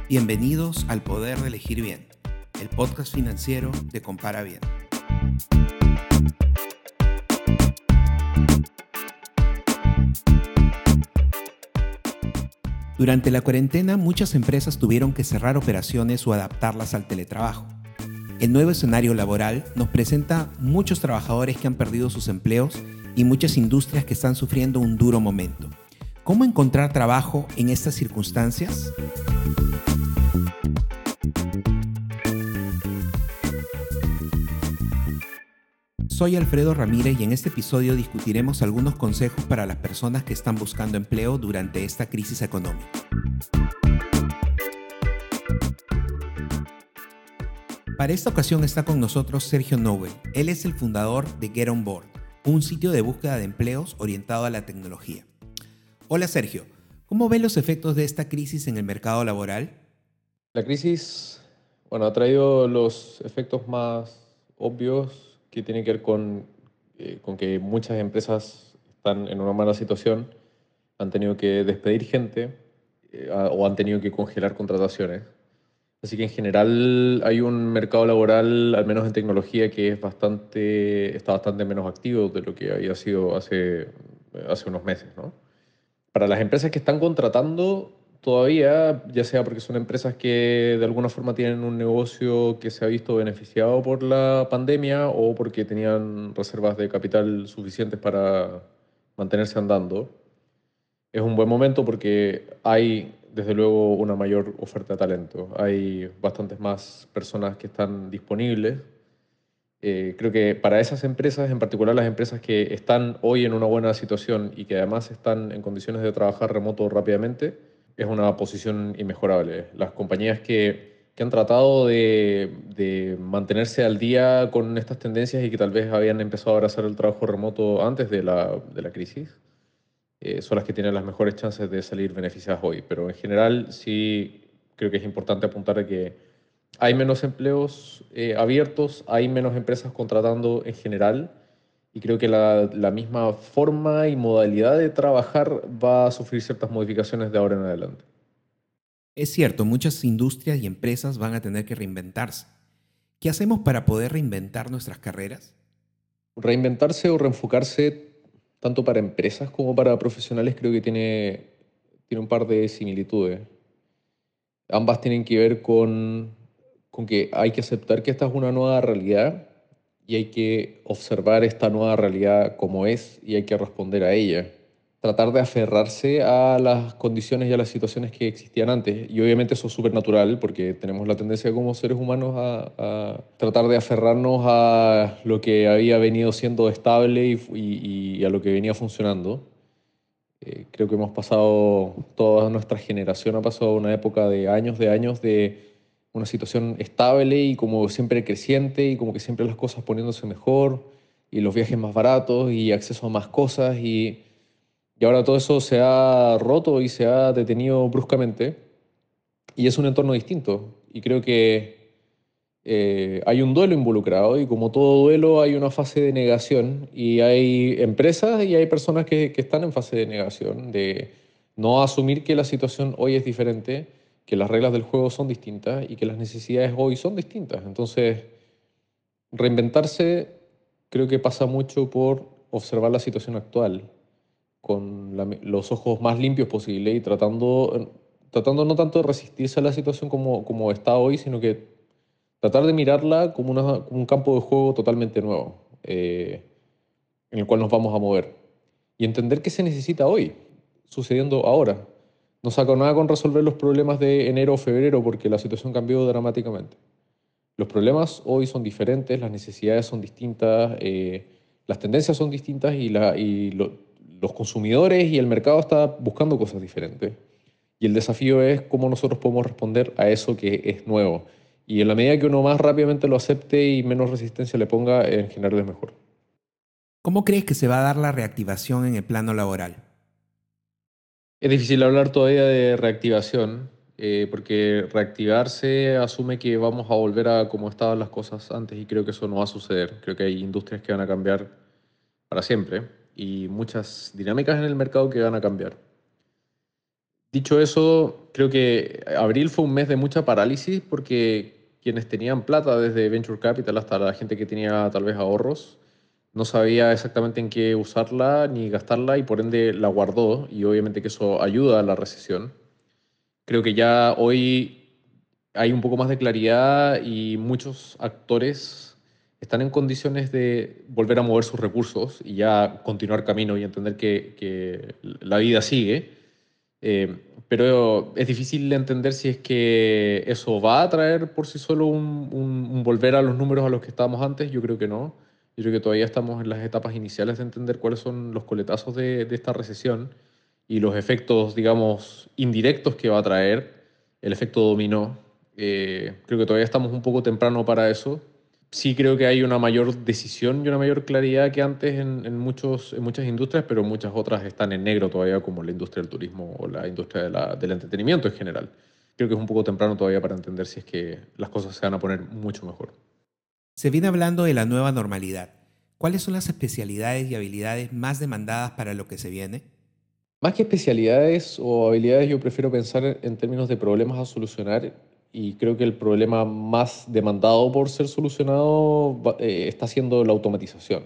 Bienvenidos al Poder de Elegir Bien, el podcast financiero de Compara Bien. Durante la cuarentena, muchas empresas tuvieron que cerrar operaciones o adaptarlas al teletrabajo. El nuevo escenario laboral nos presenta muchos trabajadores que han perdido sus empleos y muchas industrias que están sufriendo un duro momento. ¿Cómo encontrar trabajo en estas circunstancias? Soy Alfredo Ramírez y en este episodio discutiremos algunos consejos para las personas que están buscando empleo durante esta crisis económica. Para esta ocasión está con nosotros Sergio Nobel. Él es el fundador de Get On Board, un sitio de búsqueda de empleos orientado a la tecnología. Hola Sergio, ¿cómo ves los efectos de esta crisis en el mercado laboral? La crisis, ha traído los efectos más obvios que tienen que ver con que muchas empresas están en una mala situación, han tenido que despedir gente o han tenido que congelar contrataciones. Así que en general hay un mercado laboral, al menos en tecnología, que está bastante menos activo de lo que había sido hace unos meses, ¿no? Para las empresas que están contratando todavía, ya sea porque son empresas que de alguna forma tienen un negocio que se ha visto beneficiado por la pandemia o porque tenían reservas de capital suficientes para mantenerse andando, es un buen momento porque hay, desde luego, una mayor oferta de talento. Hay bastantes más personas que están disponibles. Creo que para esas empresas, en particular las empresas que están hoy en una buena situación y que además están en condiciones de trabajar remoto rápidamente, es una posición inmejorable. Las compañías que han tratado de mantenerse al día con estas tendencias y que tal vez habían empezado a abrazar el trabajo remoto antes de la crisis, son las que tienen las mejores chances de salir beneficiadas hoy. Pero en general sí creo que es importante apuntar a que hay menos empleos abiertos, hay menos empresas contratando en general y creo que la misma forma y modalidad de trabajar va a sufrir ciertas modificaciones de ahora en adelante. Es cierto, muchas industrias y empresas van a tener que reinventarse. ¿Qué hacemos para poder reinventar nuestras carreras? Reinventarse o reenfocarse, tanto para empresas como para profesionales, creo que tiene un par de similitudes. Ambas tienen que ver con que hay que aceptar que esta es una nueva realidad y hay que observar esta nueva realidad como es y hay que responder a ella. Tratar de aferrarse a las condiciones y a las situaciones que existían antes. Y obviamente eso es súper natural porque tenemos la tendencia como seres humanos a tratar de aferrarnos a lo que había venido siendo estable y a lo que venía funcionando. Creo que hemos pasado, toda nuestra generación ha pasado una época de años de una situación estable y como siempre creciente y como que siempre las cosas poniéndose mejor y los viajes más baratos y acceso a más cosas y ahora todo eso se ha roto y se ha detenido bruscamente y es un entorno distinto y creo que hay un duelo involucrado y como todo duelo hay una fase de negación y hay empresas y hay personas que están en fase de negación, de no asumir que la situación hoy es diferente, que las reglas del juego son distintas y que las necesidades hoy son distintas. Entonces, reinventarse creo que pasa mucho por observar la situación actual con los ojos más limpios posible y tratando no tanto de resistirse a la situación como está hoy, sino que tratar de mirarla como un campo de juego totalmente nuevo, en el cual nos vamos a mover. Y entender qué se necesita hoy, sucediendo ahora. No saca nada con resolver los problemas de enero o febrero porque la situación cambió dramáticamente. Los problemas hoy son diferentes, las necesidades son distintas, las tendencias son distintas los consumidores y el mercado está buscando cosas diferentes. Y el desafío es cómo nosotros podemos responder a eso que es nuevo. Y en la medida que uno más rápidamente lo acepte y menos resistencia le ponga, en general es mejor. ¿Cómo crees que se va a dar la reactivación en el plano laboral? Es difícil hablar todavía de reactivación, porque reactivarse asume que vamos a volver a como estaban las cosas antes y creo que eso no va a suceder. Creo que hay industrias que van a cambiar para siempre y muchas dinámicas en el mercado que van a cambiar. Dicho eso, creo que abril fue un mes de mucha parálisis porque quienes tenían plata, desde Venture Capital hasta la gente que tenía tal vez ahorros, no sabía exactamente en qué usarla ni gastarla y por ende la guardó y obviamente que eso ayuda a la recesión. Creo que ya hoy hay un poco más de claridad y muchos actores están en condiciones de volver a mover sus recursos y ya continuar camino y entender que la vida sigue. Pero es difícil de entender si es que eso va a traer por sí solo un volver a los números a los que estábamos antes. Yo creo que no. Yo creo que todavía estamos en las etapas iniciales de entender cuáles son los coletazos de esta recesión y los efectos, digamos, indirectos que va a traer, el efecto dominó. Creo que todavía estamos un poco temprano para eso. Sí creo que hay una mayor decisión y una mayor claridad que antes en muchas industrias, pero muchas otras están en negro todavía, como la industria del turismo o la industria del entretenimiento en general. Creo que es un poco temprano todavía para entender si es que las cosas se van a poner mucho mejor. Se viene hablando de la nueva normalidad. ¿Cuáles son las especialidades y habilidades más demandadas para lo que se viene? Más que especialidades o habilidades, yo prefiero pensar en términos de problemas a solucionar y creo que el problema más demandado por ser solucionado está siendo la automatización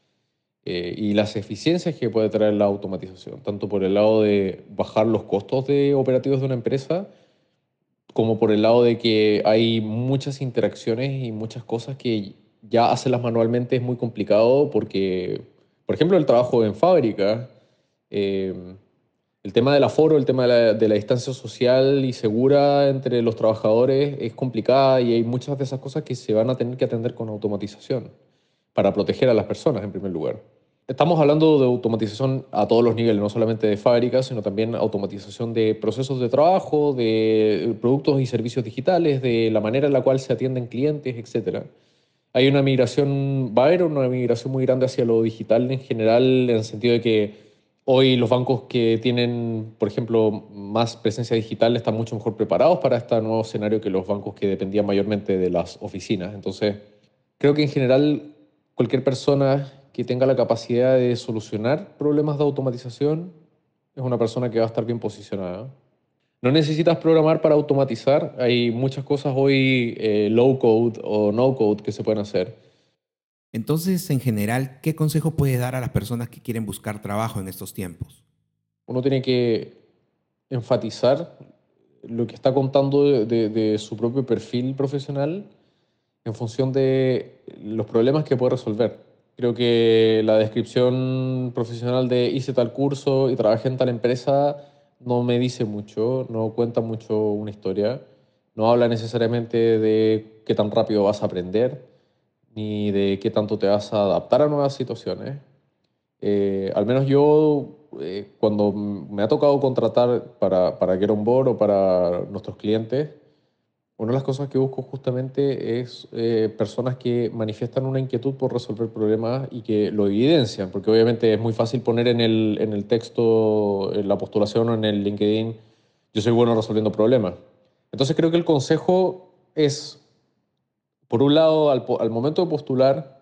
y las eficiencias que puede traer la automatización, tanto por el lado de bajar los costos de operativos de una empresa, como por el lado de que hay muchas interacciones y muchas cosas que ya hacerlas manualmente es muy complicado porque, por ejemplo, el trabajo en fábrica. eh, el tema del aforo, el tema de la distancia social y segura entre los trabajadores es complicada y hay muchas de esas cosas que se van a tener que atender con automatización para proteger a las personas en primer lugar. Estamos hablando de automatización a todos los niveles, no solamente de fábricas, sino también automatización de procesos de trabajo, de productos y servicios digitales, de la manera en la cual se atienden clientes, etcétera. Hay una migración, va a haber una migración muy grande hacia lo digital en general, en el sentido de que hoy los bancos que tienen, por ejemplo, más presencia digital están mucho mejor preparados para este nuevo escenario que los bancos que dependían mayormente de las oficinas. Entonces, creo que en general cualquier persona que tenga la capacidad de solucionar problemas de automatización es una persona que va a estar bien posicionada. No necesitas programar para automatizar. Hay muchas cosas hoy low code o no code que se pueden hacer. Entonces, en general, ¿qué consejo puedes dar a las personas que quieren buscar trabajo en estos tiempos? Uno tiene que enfatizar lo que está contando de su propio perfil profesional en función de los problemas que puede resolver. Creo que la descripción profesional de hice tal curso y trabajé en tal empresa no me dice mucho, no cuenta mucho una historia, no habla necesariamente de qué tan rápido vas a aprender, ni de qué tanto te vas a adaptar a nuevas situaciones. Al menos yo, cuando me ha tocado contratar para Get On Board o para nuestros clientes, una de las cosas que busco justamente es personas que manifiestan una inquietud por resolver problemas y que lo evidencian, porque obviamente es muy fácil poner en el texto, en la postulación o en el LinkedIn, yo soy bueno resolviendo problemas. Entonces creo que el consejo es, por un lado, al momento de postular,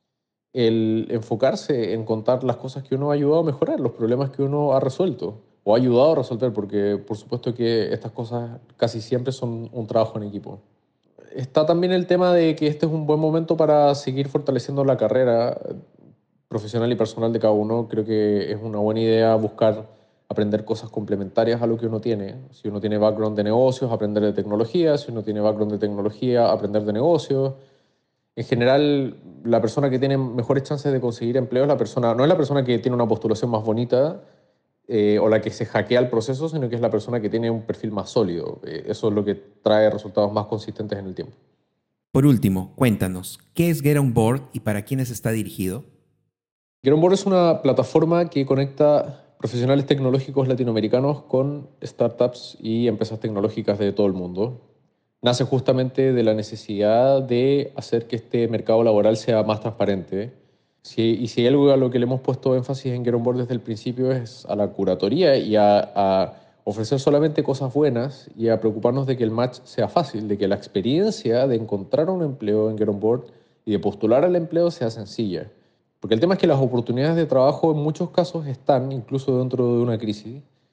el enfocarse en contar las cosas que uno ha ayudado a mejorar, los problemas que uno ha resuelto o ha ayudado a resolver, porque por supuesto que estas cosas casi siempre son un trabajo en equipo. Está también el tema de que este es un buen momento para seguir fortaleciendo la carrera profesional y personal de cada uno. Creo que es una buena idea buscar aprender cosas complementarias a lo que uno tiene. Si uno tiene background de negocios, aprender de tecnología. Si uno tiene background de tecnología, aprender de negocios. En general, la persona que tiene mejores chances de conseguir empleo es la persona, no es la persona que tiene una postulación más bonita o la que se hackea el proceso, sino que es la persona que tiene un perfil más sólido. Eso es lo que trae resultados más consistentes en el tiempo. Por último, cuéntanos, ¿qué es Get On Board y para quiénes está dirigido? Get On Board es una plataforma que conecta profesionales tecnológicos latinoamericanos con startups y empresas tecnológicas de todo el mundo. Nace justamente de la necesidad de hacer que este mercado laboral sea más transparente. Y si hay algo a lo que le hemos puesto énfasis en Get On Board desde el principio es a la curatoría y a ofrecer solamente cosas buenas y a preocuparnos de que el match sea fácil, de que la experiencia de encontrar un empleo en Get On Board y de postular al empleo sea sencilla. Porque el tema es que las oportunidades de trabajo en muchos casos están, incluso dentro de una crisis,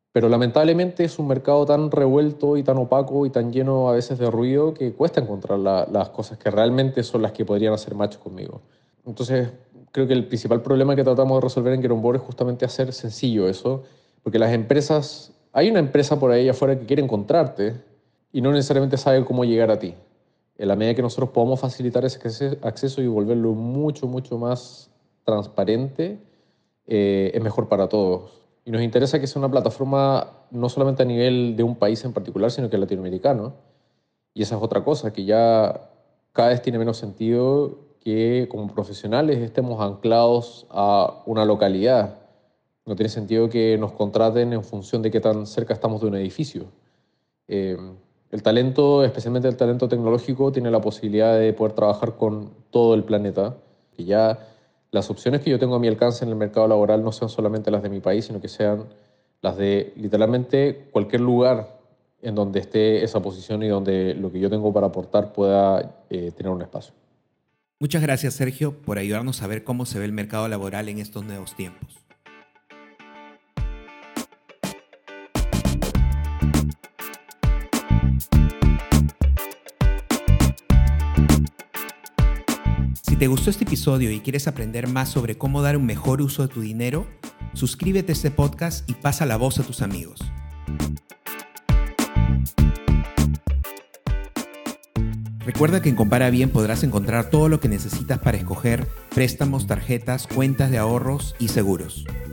Pero lamentablemente es un mercado tan revuelto y tan opaco y tan lleno a veces de ruido que cuesta encontrar las cosas que realmente son las que podrían hacer match conmigo. Entonces, creo que el principal problema que tratamos de resolver en Get On Board es justamente hacer sencillo eso, porque las empresas, hay una empresa por ahí afuera que quiere encontrarte y no necesariamente sabe cómo llegar a ti. En la medida que nosotros podamos facilitar ese acceso y volverlo mucho, mucho más transparente, es mejor para todos. Y nos interesa que sea una plataforma no solamente a nivel de un país en particular, sino que latinoamericano. Y esa es otra cosa, que ya cada vez tiene menos sentido que como profesionales estemos anclados a una localidad. No tiene sentido que nos contraten en función de qué tan cerca estamos de un edificio. Eh, el talento, especialmente el talento tecnológico, tiene la posibilidad de poder trabajar con todo el planeta. Y ya las opciones que yo tengo a mi alcance en el mercado laboral no sean solamente las de mi país, sino que sean las de literalmente cualquier lugar en donde esté esa posición y donde lo que yo tengo para aportar pueda tener un espacio. Muchas gracias, Sergio, por ayudarnos a ver cómo se ve el mercado laboral en estos nuevos tiempos. Si te gustó este episodio y quieres aprender más sobre cómo dar un mejor uso de tu dinero, suscríbete a este podcast y pasa la voz a tus amigos. Recuerda que en Compara Bien podrás encontrar todo lo que necesitas para escoger préstamos, tarjetas, cuentas de ahorros y seguros.